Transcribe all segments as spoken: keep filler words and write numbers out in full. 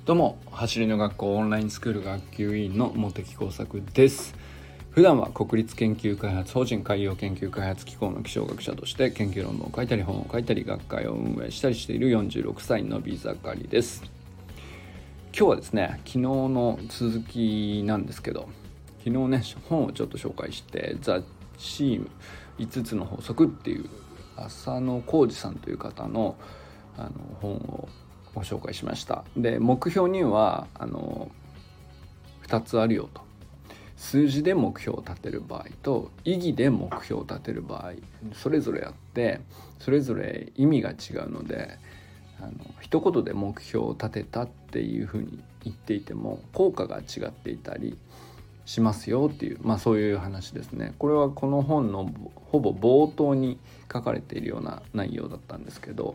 どうも、走りの学校オンラインスクール学級委員の茂木耕作です。普段は国立研究開発法人海洋研究開発機構の気象学者として研究論文を書いたり本を書いたり学会を運営したりしているよんじゅうろくさいのび盛りです。今日はですね、昨日の続きなんですけど、昨日ね本をちょっと紹介してザ・チームいつつの法則っていう浅野浩二さんという方のあの本をご紹介しました。で、目標にはあのふたつあるよと。数字で目標を立てる場合と意義で目標を立てる場合、それぞれあってそれぞれ意味が違うので、あの一言で目標を立てたっていうふうに言っていても効果が違っていたりしますよっていう、まあそういう話ですね。これはこの本のほぼ冒頭に書かれているような内容だったんですけど、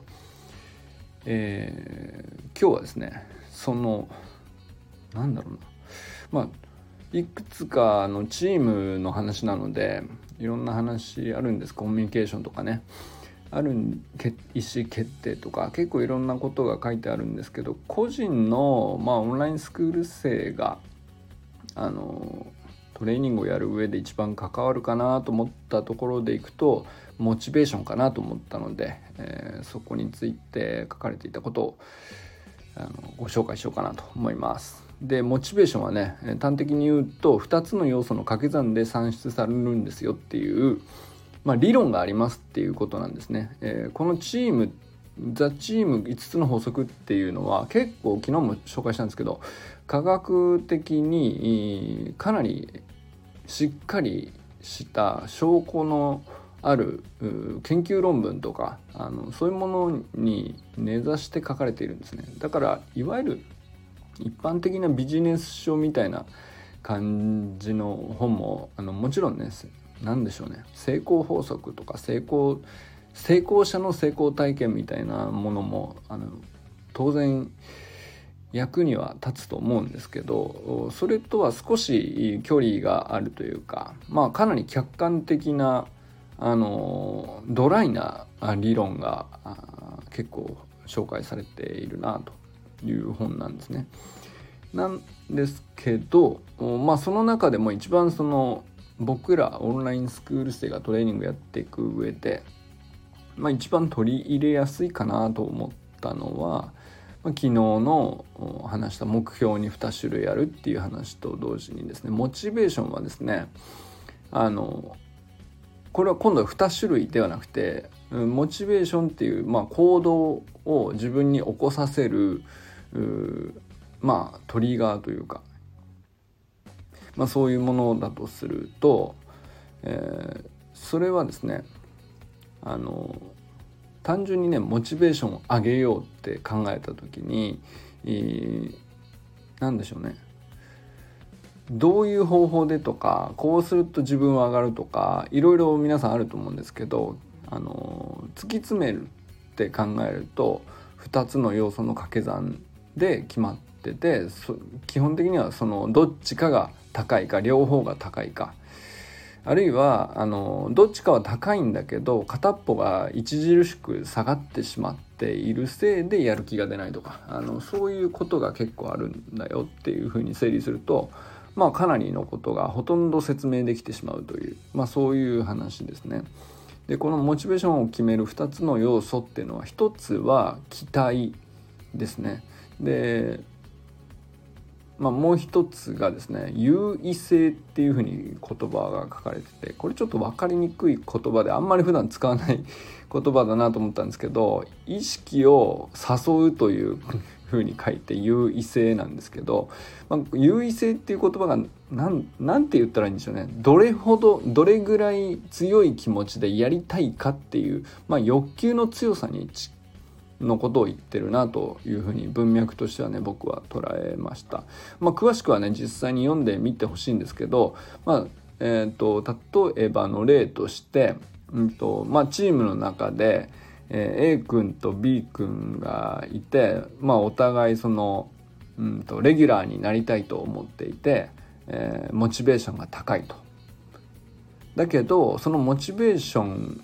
えー、今日はですね、そのなんだろうな、まあいくつかのチームの話なのでいろんな話あるんです。コミュニケーションとかね、ある意思決定とか結構いろんなことが書いてあるんですけど、個人の、まあ、オンラインスクール生があのトレーニングをやる上で一番関わるかなと思ったところでいくとモチベーションかなと思ったので、えー、そこについて書かれていたことをあのご紹介しようかなと思います。で、モチベーションはね、端的に言うとふたつの要素の掛け算で算出されるんですよっていう、まあ、理論がありますっていうことなんですね。えー、このチームザ・チームいつつの法則っていうのは結構昨日も紹介したんですけど、科学的にかなりしっかりした証拠のある研究論文とかあのそういうものに根ざして書かれているんですね。だからいわゆる一般的なビジネス書みたいな感じの本もあのもちろんね、なんでしょうね、成功法則とか成功成功者の成功体験みたいなものもあの当然役には立つと思うんですけど、それとは少し距離があるというか、まあかなり客観的なあのドライな理論が結構紹介されているなという本なんですね。なんですけど、まあその中でも一番その僕らオンラインスクール生がトレーニングやっていく上で、まあ、一番取り入れやすいかなと思ったのは、まあ、昨日の話した目標にに種類あるっていう話と同時にですね、モチベーションはですね、あのこれは今度はに種類ではなくて、モチベーションっていう、まあ、行動を自分に起こさせるまあトリガーというか、まあ、そういうものだとすると、えー、それはですね、あの単純にねモチベーションを上げようって考えた時に、えー、なんでしょうね、どういう方法でとかこうすると自分は上がるとかいろいろ皆さんあると思うんですけど、あの突き詰めるって考えるとふたつの要素の掛け算で決まってて、基本的にはそのどっちかが高いか両方が高いか、あるいはあのどっちかは高いんだけど片っぽが著しく下がってしまっているせいでやる気が出ないとか、あのそういうことが結構あるんだよっていうふうに整理すると、まあかなりのことがほとんど説明できてしまうという、まあそういう話ですね。で、このモチベーションを決めるふたつの要素っていうのは、ひとつは期待ですね。で、まあ、もう一つがですね、優位性っていうふうに言葉が書かれてて、これちょっと分かりにくい言葉であんまり普段使わない言葉だなと思ったんですけど、意識を誘うというふうに書いて優位性なんですけど、まあ、優位性っていう言葉がなん、なんて言ったらいいんでしょうね、どれほどどれぐらい強い気持ちでやりたいかっていう、まあ、欲求の強さに近いのことを言ってるなというふうに文脈としてはね僕は捉えました。まあ、詳しくはね実際に読んでみてほしいんですけど、まあえー、と例えばの例として、うんとまあ、チームの中で、えー、A 君と B 君がいて、まあ、お互いその、うんとレギュラーになりたいと思っていて、えー、モチベーションが高いと。だけどそのモチベーション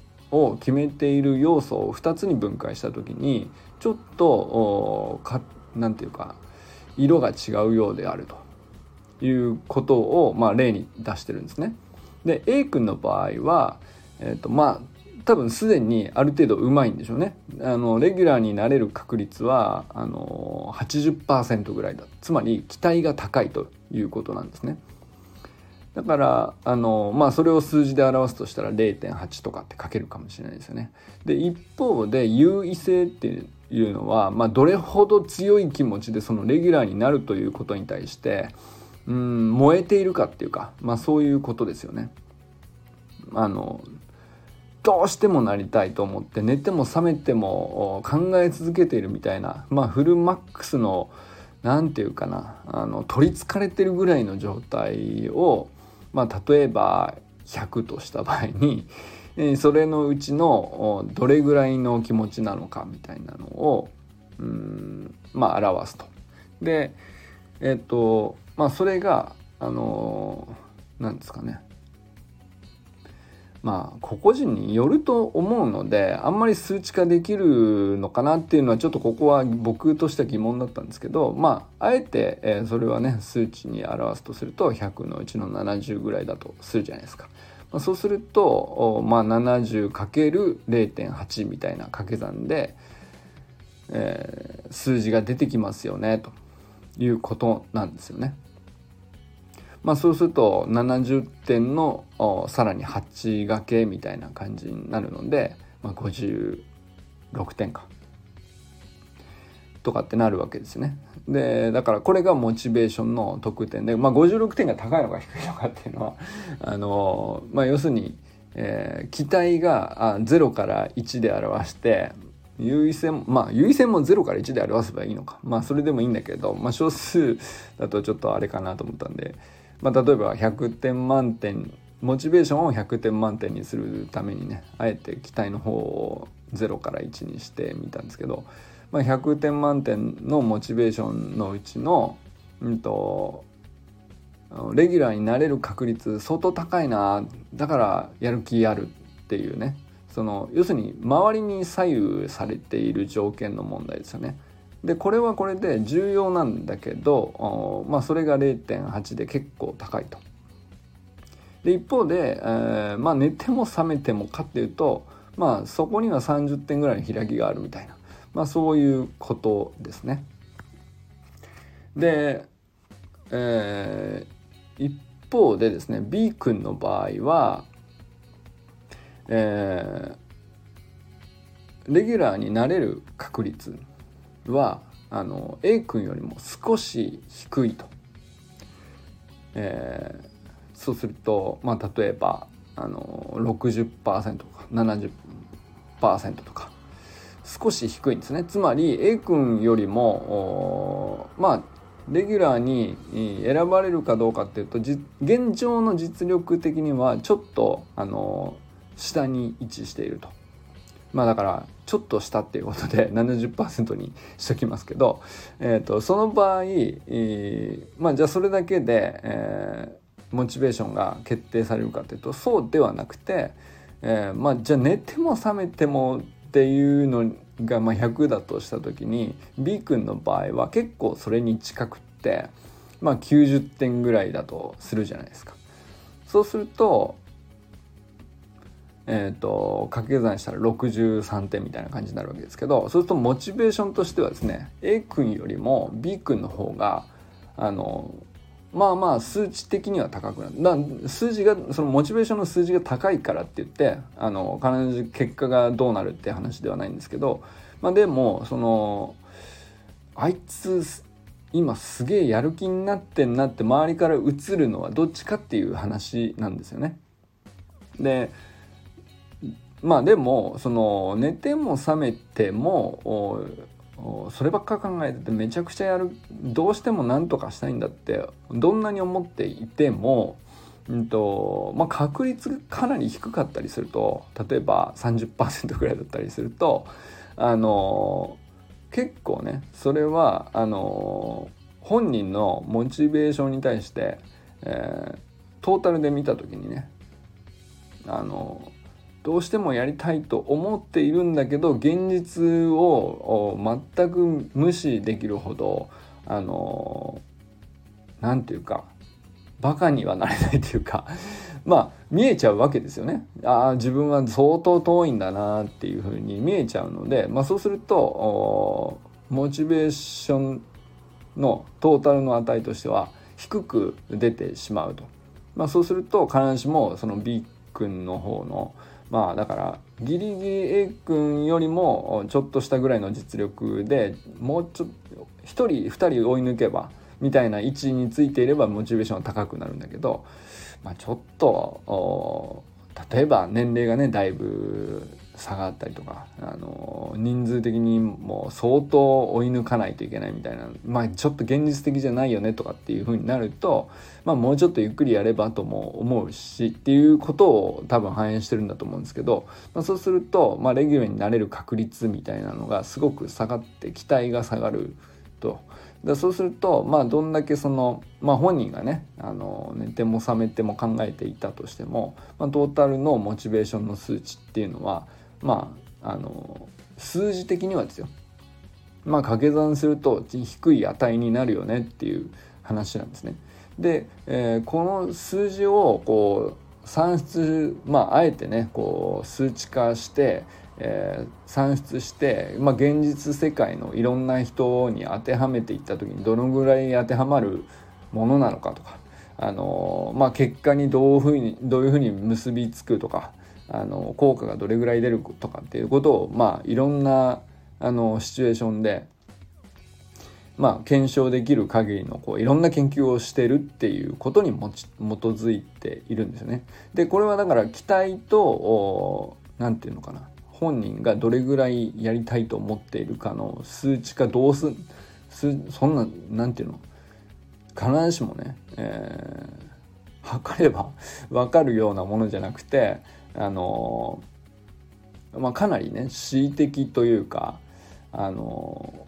を決めている要素をふたつに分解した時にちょっとなんていうか色が違うようであるということを、まあ、例に出してるんですね。で A 君の場合は、えーとまあ、多分すでにある程度うまいんでしょうね。あのレギュラーになれる確率はあの はちじゅっパーセント ぐらいだ。つまり期待が高いということなんですね。だからあの、まあ、それを数字で表すとしたら れいてんはち とかって書けるかもしれないですよね。で一方で優位性っていうのは、まあ、どれほど強い気持ちでそのレギュラーになるということに対してうん燃えているかっていうか、まあ、そういうことですよね。あのどうしてもなりたいと思って寝ても覚めても考え続けているみたいな、まあ、フルマックスのなんていうかなあの取りつかれてるぐらいの状態を、まあ、例えばひゃくとした場合にそれのうちのどれぐらいの気持ちなのかみたいなのをうん、まあ、表すと。でえっとまあそれがあのなんですかねまあ個々人によると思うのであんまり数値化できるのかなっていうのはちょっとここは僕としては疑問だったんですけど、まああえて、えー、それはね数値に表すとするとひゃくのうちのななじゅうぐらいだとするじゃないですか。まあ、そうするとまあ ななじゅうかけるれいてんはち みたいな掛け算で、えー、数字が出てきますよねということなんですよね。まあ、そうするとななじゅってんのさらにはち掛けみたいな感じになるので、まあ、ごじゅうろくてんかとかってなるわけですね。でだからこれがモチベーションの得点で、まあ、ごじゅうろくてんが高いのか低いのかっていうのはあの、まあ、要するに、えー、期待があゼロからいちで表して優位性もまあ優位性もゼロからいちで表せばいいのか、まあそれでもいいんだけど、まあ、少数だとちょっとあれかなと思ったんで、まあ、例えばひゃくてん満点モチベーションをひゃくてん満点にするためにねあえて期待の方をゼロからいちにしてみたんですけど、まあ、ひゃくてん満点のモチベーションのうちの、うんと、レギュラーになれる確率相当高いなだからやる気あるっていうねその要するに周りに左右されている条件の問題ですよね。でこれはこれで重要なんだけど、まあ、それが れいてんはち で結構高いと。で一方で、えーまあ、寝ても覚めてもかっていうと、まあ、そこにはさんじゅってんぐらいの開きがあるみたいな、まあ、そういうことですね。で、えー、一方でですね B 君の場合は、えー、レギュラーになれる確率はあの A 君よりも少し低いと、えー、そうすると、まあ、例えばあの ろくじゅっパーセント とか ななじゅっパーセント とか少し低いんですね。つまり A 君よりもまあレギュラーに選ばれるかどうかっていうと現状の実力的にはちょっとあの下に位置していると。まあだからちょっと下っていうことで ななじゅっパーセント にしときますけど、えーと、その場合、えー、まあじゃあそれだけで、えー、モチベーションが決定されるかというとそうではなくて、えー、まあじゃあ寝ても覚めてもっていうのがまあひゃくだとした時に B 君の場合は結構それに近くってまあきゅうじゅってんぐらいだとするじゃないですか。そうするとえーと、掛け算したらろくじゅうさんてんみたいな感じになるわけですけど、そうするとモチベーションとしてはですね A 君よりも B 君の方があのまあまあ数値的には高くなる。だ数字がそのモチベーションの数字が高いからって言ってあの必ず結果がどうなるって話ではないんですけど、まあ、でもそのあいつ今すげえやる気になってんなって周りから映るのはどっちかっていう話なんですよね。でまあでもその寝ても覚めてもそればっか考えててめちゃくちゃやるどうしても何とかしたいんだってどんなに思っていても、うんとまあ、確率がかなり低かったりすると例えば さんじゅっパーセント ぐらいだったりするとあの結構ねそれはあの本人のモチベーションに対して、えー、トータルで見た時にねあのどうしてもやりたいと思っているんだけど現実を全く無視できるほどあのなんていうかバカにはなれないというかまあ見えちゃうわけですよね。ああ自分は相当遠いんだなっていうふうに見えちゃうので、まあ、そうするとモチベーションのトータルの値としては低く出てしまうと、まあ、そうすると必ずしもその B 君の方のまあだからギリギリ A 君よりもちょっとしたぐらいの実力でもうちょっとひとりふたり追い抜けばみたいな位置についていればモチベーションは高くなるんだけど、まあ、ちょっと例えば年齢がねだいぶ差があったりとか、あの人数的にもう相当追い抜かないといけないみたいな、まあちょっと現実的じゃないよねとかっていう風になると、まあもうちょっとゆっくりやればとも思うしっていうことを多分反映してるんだと思うんですけど、まあ、そうすると、まあ、レギュラーになれる確率みたいなのがすごく下がって期待が下がると。だそうすると、まあ、どんだけその、まあ、本人がねあの寝ても覚めても考えていたとしても、まあ、トータルのモチベーションの数値っていうのはまああの数字的にはですよ、まあ掛け算すると低い値になるよねっていう話なんですね。で、えー、この数字をこう算出、まああえてねこう数値化して、えー、算出して、まあ、現実世界のいろんな人に当てはめていった時にどのぐらい当てはまるものなのかとか、あのー、まあ結果にどういうふうにどういうふうに結びつくとか、あの効果がどれぐらい出るとかっていうことをまあいろんなあのシチュエーションでまあ検証できる限りのこういろんな研究をしてるっていうことにもち基づいているんですよね。でこれはだから期待となんていうのかな、本人がどれぐらいやりたいと思っているかの数値化どうすすそんななんていうの必ずしもね、えー、測れば分かるようなものじゃなくて、あのまあ、かなりね恣意的というか、あの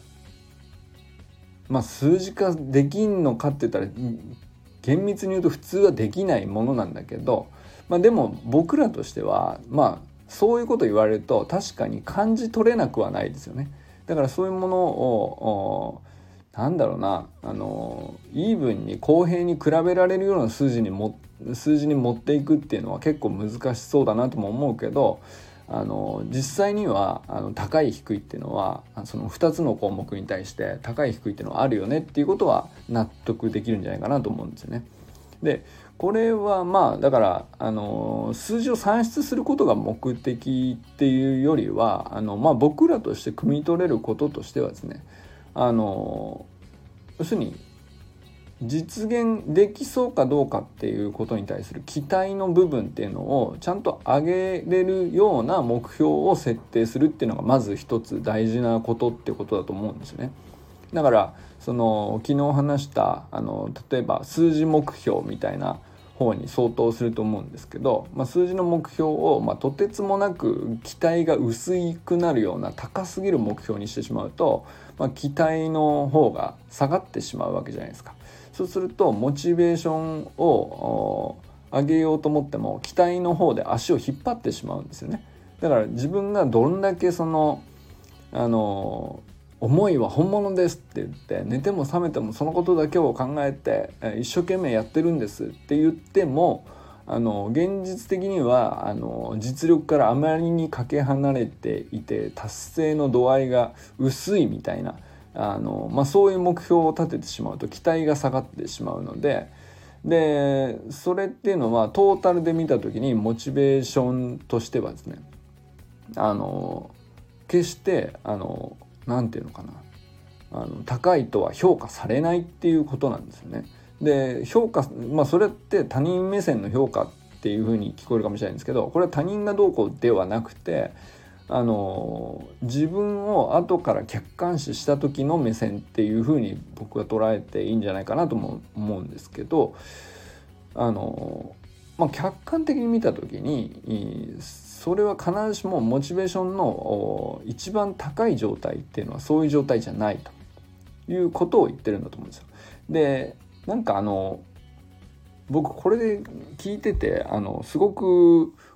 まあ数字化できんのかって言ったら厳密に言うと普通はできないものなんだけど、まあ、でも僕らとしてはまあそういうこと言われると確かに感じ取れなくはないですよね。だからそういうものをなんだろうな、あのイーブンに公平に比べられるような数字にも数字に持っていくっていうのは結構難しそうだなとも思うけど、あの実際にはあの高い低いっていうのはそのふたつの項目に対して高い低いっていうのはあるよねっていうことは納得できるんじゃないかなと思うんですよね。でこれはまあだからあの数字を算出することが目的っていうよりはあの、まあ、僕らとして汲み取れることとしてはですね、あの要するに実現できそうかどうかっていうことに対する期待の部分っていうのをちゃんと上げれるような目標を設定するっていうのがまず一つ大事なことってことだと思うんですよね。だからその昨日話したあの例えば数字目標みたいな方に相当すると思うんですけど、まあ、数字の目標を、まあ、とてつもなく期待が薄くなるような高すぎる目標にしてしまうと、まあ、期待の方が下がってしまうわけじゃないですか。そうするとモチベーションを上げようと思っても期待の方で足を引っ張ってしまうんですよね。だから自分がどんだけそのあの思いは本物ですって言って寝ても覚めてもそのことだけを考えて一生懸命やってるんですって言っても、あの現実的にはあの実力からあまりにかけ離れていて達成の度合いが薄いみたいな、あの、まあ、そういう目標を立ててしまうと期待が下がってしまうので、でそれっていうのはトータルで見た時にモチベーションとしてはですね、あの決してあのなんていうのかな、あの高いとは評価されないっていうことなんですよね。で評価、まあそれって他人目線の評価っていう風に聞こえるかもしれないんですけど、これは他人がどうこうではなくて、あの自分を後から客観視した時の目線っていう風に僕は捉えていいんじゃないかなとも思うんですけど、あの、まあ、客観的に見た時にそれは必ずしもモチベーションの一番高い状態っていうのはそういう状態じゃないということを言ってるんだと思うんですよ。でなんかあの僕これで聞いててあのすごく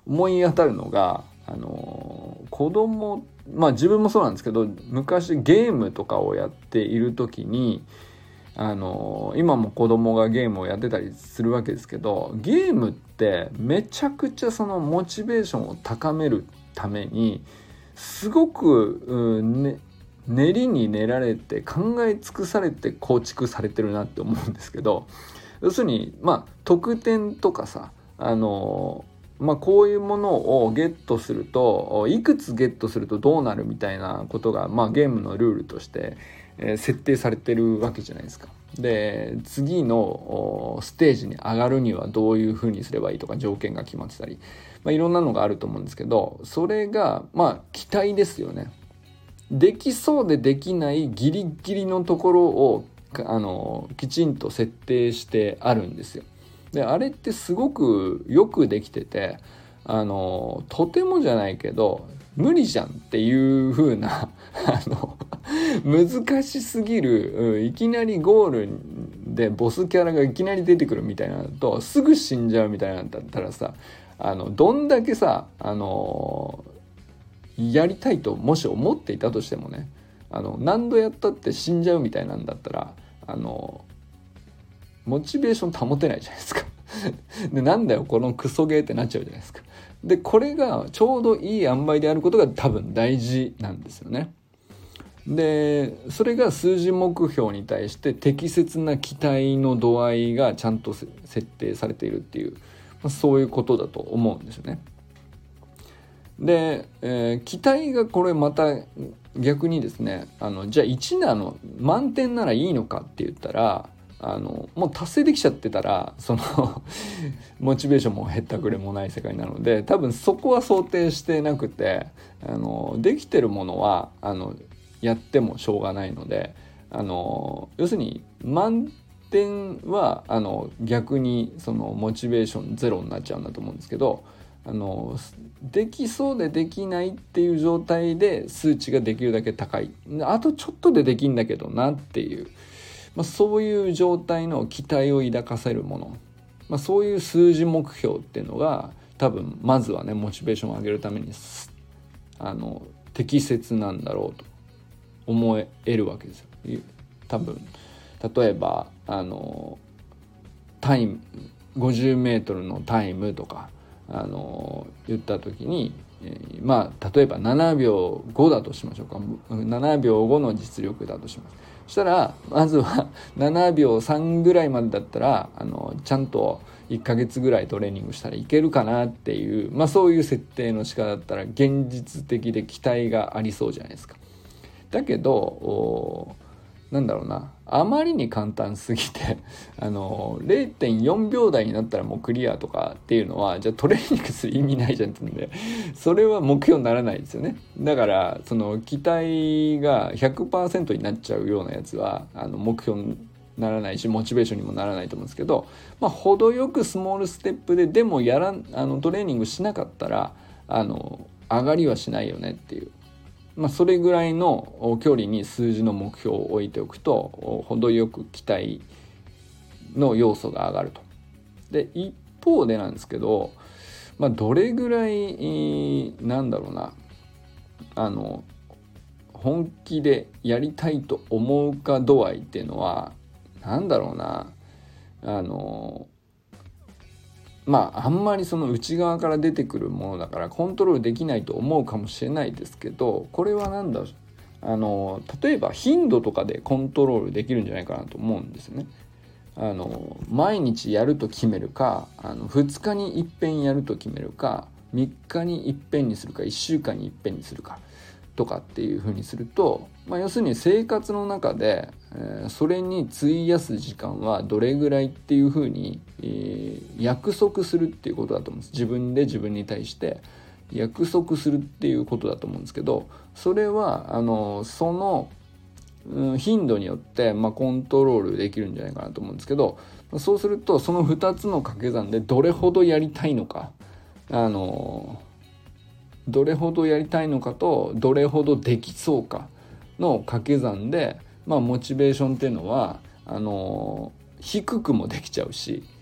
思い当たるのが、あの子供まあ自分もそうなんですけど、昔ゲームとかをやっている時に、あの今も子供がゲームをやってたりするわけですけど、ゲームってめちゃくちゃそのモチベーションを高めるためにすごく、うんね、練りに練られて考え尽くされて構築されてるなって思うんですけど、要するにまあ得点とかさ、あのまあこういうものをゲットするといくつゲットするとどうなるみたいなことが、まあ、ゲームのルールとして、えー、設定されてるわけじゃないですか。で次のステージに上がるにはどういうふうにすればいいとか条件が決まってたり、まあ、いろんなのがあると思うんですけど、それがまあ期待ですよね。できそうでできないギリギリのところをあのきちんと設定してあるんですよ。であれってすごくよくできてて、あのとてもじゃないけど無理じゃんっていう風なあの難しすぎる、うん、いきなりゴールでボスキャラがいきなり出てくるみたいなのとすぐ死んじゃうみたいなのだったらさ、あのどんだけさ、あのやりたいともし思っていたとしてもね、あの何度やったって死んじゃうみたいなんだったら、あのモチベーション保てないじゃないですかでなんだよこのクソゲーってなっちゃうじゃないですか。でこれがちょうどいい塩梅であることが多分大事なんですよね。でそれが数字目標に対して適切な期待の度合いがちゃんと設定されているっていう、まあ、そういうことだと思うんですよね。で、えー、期待がこれまた逆にですね、あのじゃあいちなの満点ならいいのかって言ったら、あのもう達成できちゃってたらそのモチベーションもへったくれもない世界なので、多分そこは想定してなくて、あのできてるものはあのやってもしょうがないので、あの要するに満点はあの逆にそのモチベーションゼロになっちゃうんだと思うんですけど、あのできそうでできないっていう状態で数値ができるだけ高い、あとちょっとでできんだけどなっていう、まあ、そういう状態の期待を抱かせるもの、まあ、そういう数字目標っていうのが多分まずはねモチベーションを上げるためにあの適切なんだろうと思えるわけですよ。多分例えばあのタイムごじゅうメートルのタイムとかあの言った時に、えー、まあ例えばななびょうごだとしましょうか。ななびょうごの実力だとします。そしたらまずはななびょうさんぐらいまでだったらあのちゃんといっかげつぐらいトレーニングしたらいけるかなっていう、まあそういう設定の仕方だったら現実的で期待がありそうじゃないですか。だけどなんだろうな、あまりに簡単すぎてあの れいてんよんびょうだいになったらもうクリアとかっていうのはじゃあトレーニングする意味ないじゃんって言うんで、それは目標にならないですよね。だからその期待が ひゃくパーセント になっちゃうようなやつはあの目標にならないしモチベーションにもならないと思うんですけど、まあ程よくスモールステップででもやらんあのトレーニングしなかったらあの上がりはしないよねっていう、まあ、それぐらいの距離に数字の目標を置いておくと程よく期待の要素が上がると。で一方でなんですけど、まあ、どれぐらいなんだろうな、あの本気でやりたいと思うか度合いっていうのはなんだろうな、あのまああんまりその内側から出てくるものだからコントロールできないと思うかもしれないですけど、これはなんだあの例えば頻度とかでコントロールできるんじゃないかなと思うんですよね。あの毎日やると決めるか、あのふつかにいっぺんやると決めるか、みっかにいっぺんにするか、いっしゅうかんにいっぺんにするかとかっていう風にすると、まあ、要するに生活の中で、えー、それに費やす時間はどれぐらいっていう風に、えー、約束するっていうことだと思うんです。自分で自分に対して約束するっていうことだと思うんですけど、それはあのその、うん、頻度によって、まあ、コントロールできるんじゃないかなと思うんですけど、そうするとそのふたつの掛け算でどれほどやりたいのか、あのどれほどやりたいのかとどれほどできそうかの掛け算で、まあ、モチベーションっていうのはあの低くもできちゃうし、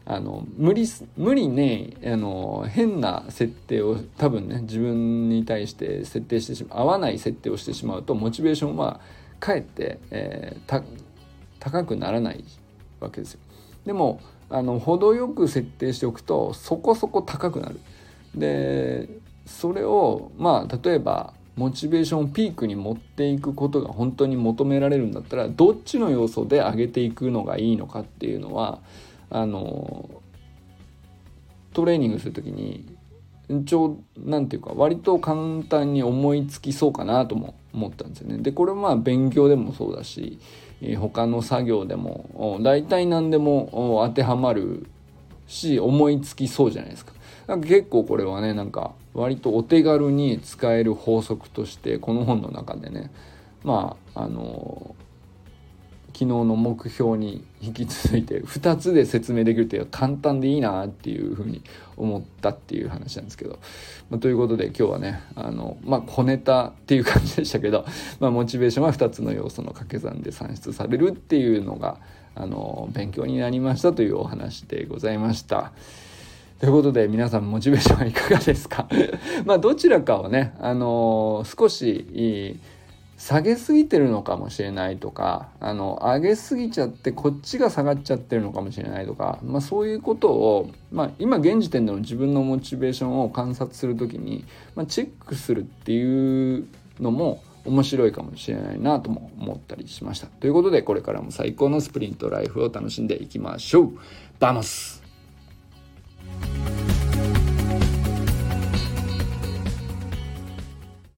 あの無理無理ねあの変な設定を多分ね自分に対して設定してしまう合わない設定をしてしまうとモチベーションはかえって、えー、た高くならないわけですよ。でもあの程よく設定しておくとそこそこ高くなる。でそれをまあ例えばモチベーションをピークに持っていくことが本当に求められるんだったらどっちの要素で上げていくのがいいのかっていうのはあのトレーニングするときにちょなんていうか割と簡単に思いつきそうかなとも思ったんですよね。でこれはまあ勉強でもそうだし他の作業でも大体何でも当てはまるし思いつきそうじゃないですか。なんか結構これはねなんか割とお手軽に使える法則としてこの本の中でねまああの昨日の目標に引き続いてふたつで説明できるっていうのは簡単でいいなっていうふうに思ったっていう話なんですけど、まあ、ということで今日はねあのまあ小ネタっていう感じでしたけど、まあ、モチベーションはふたつの要素の掛け算で算出されるっていうのがあの勉強になりましたというお話でございました。ということで皆さんモチベーションはいかがですかまあどちらかをねあの少し下げすぎてるのかもしれないとかあの上げすぎちゃってこっちが下がっちゃってるのかもしれないとか、まあ、そういうことを、まあ、今現時点での自分のモチベーションを観察するときに、まあ、チェックするっていうのも面白いかもしれないなとも思ったりしました。ということでこれからも最高のスプリントライフを楽しんでいきましょう。バモス。